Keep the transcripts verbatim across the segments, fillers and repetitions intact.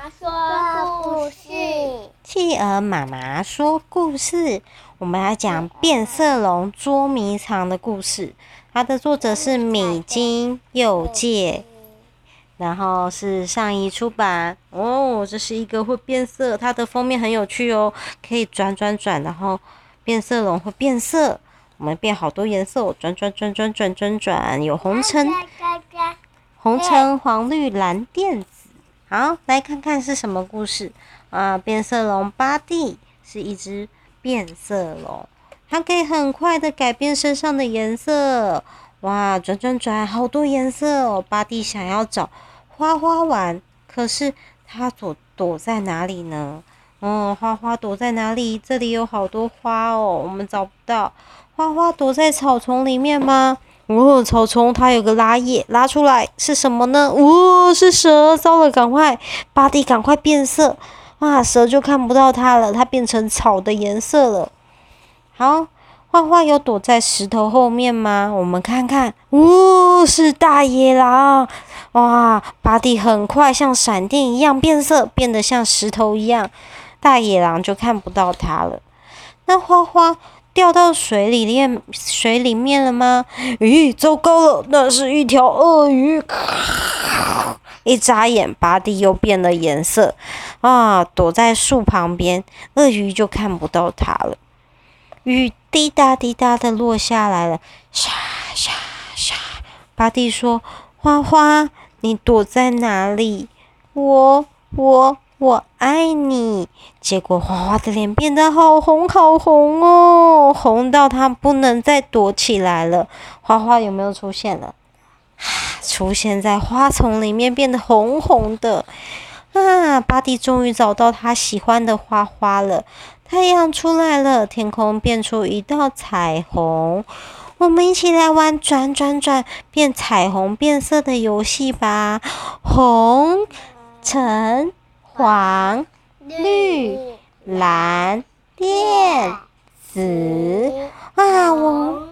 妈说故事。 企鹅妈妈说故事，我们来讲变色龙捉迷藏的故事。它的作者是米津佑介，然后是上一出版。哦，这是一个会变色，它的封面很有趣哦，可以转转转，然后变色龙会变色，我们变好多颜色，转转转转转转转，有红橙、红橙黄绿蓝靛紫。好，来看看是什么故事啊？变色龙巴蒂是一只变色龙，它可以很快的改变身上的颜色。哇，转转转，好多颜色哦！巴蒂想要找花花玩，可是它躲躲在哪里呢？哦，花花躲在哪里？这里有好多花哦，我们找不到。花花躲在草丛里面吗？哦，草丛它有个拉叶，拉出来是什么呢？哦，是蛇！糟了，赶快，巴蒂赶快变色！哇，蛇就看不到它了，它变成草的颜色了。好，花花有躲在石头后面吗？我们看看，哦，是大野狼！哇，巴蒂很快像闪电一样变色，变得像石头一样，大野狼就看不到它了。那花花掉到水里面，水里面了吗？咦，糟糕了，那是一条鳄鱼！一眨眼，巴蒂又变了颜色，啊，躲在树旁边，鳄鱼就看不到它了。雨滴答滴答的落下来了，沙沙沙。巴蒂说：“花花，你躲在哪里？我我。”我爱你。结果花花的脸变得好红好红哦，红到它不能再躲起来了。花花有没有出现了？出现在花丛里面，变得红红的。啊，巴蒂终于找到他喜欢的花花了。太阳出来了，天空变出一道彩虹。我们一起来玩转转转变彩虹变色的游戏吧。红、橙、黄、绿、蓝、靛、紫啊！我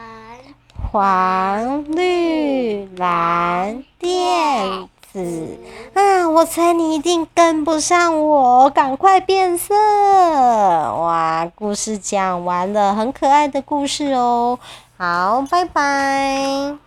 黄、绿、蓝、靛、紫啊！我猜你一定跟不上我，赶快变色！哇，故事讲完了，很可爱的故事哦。好，拜拜。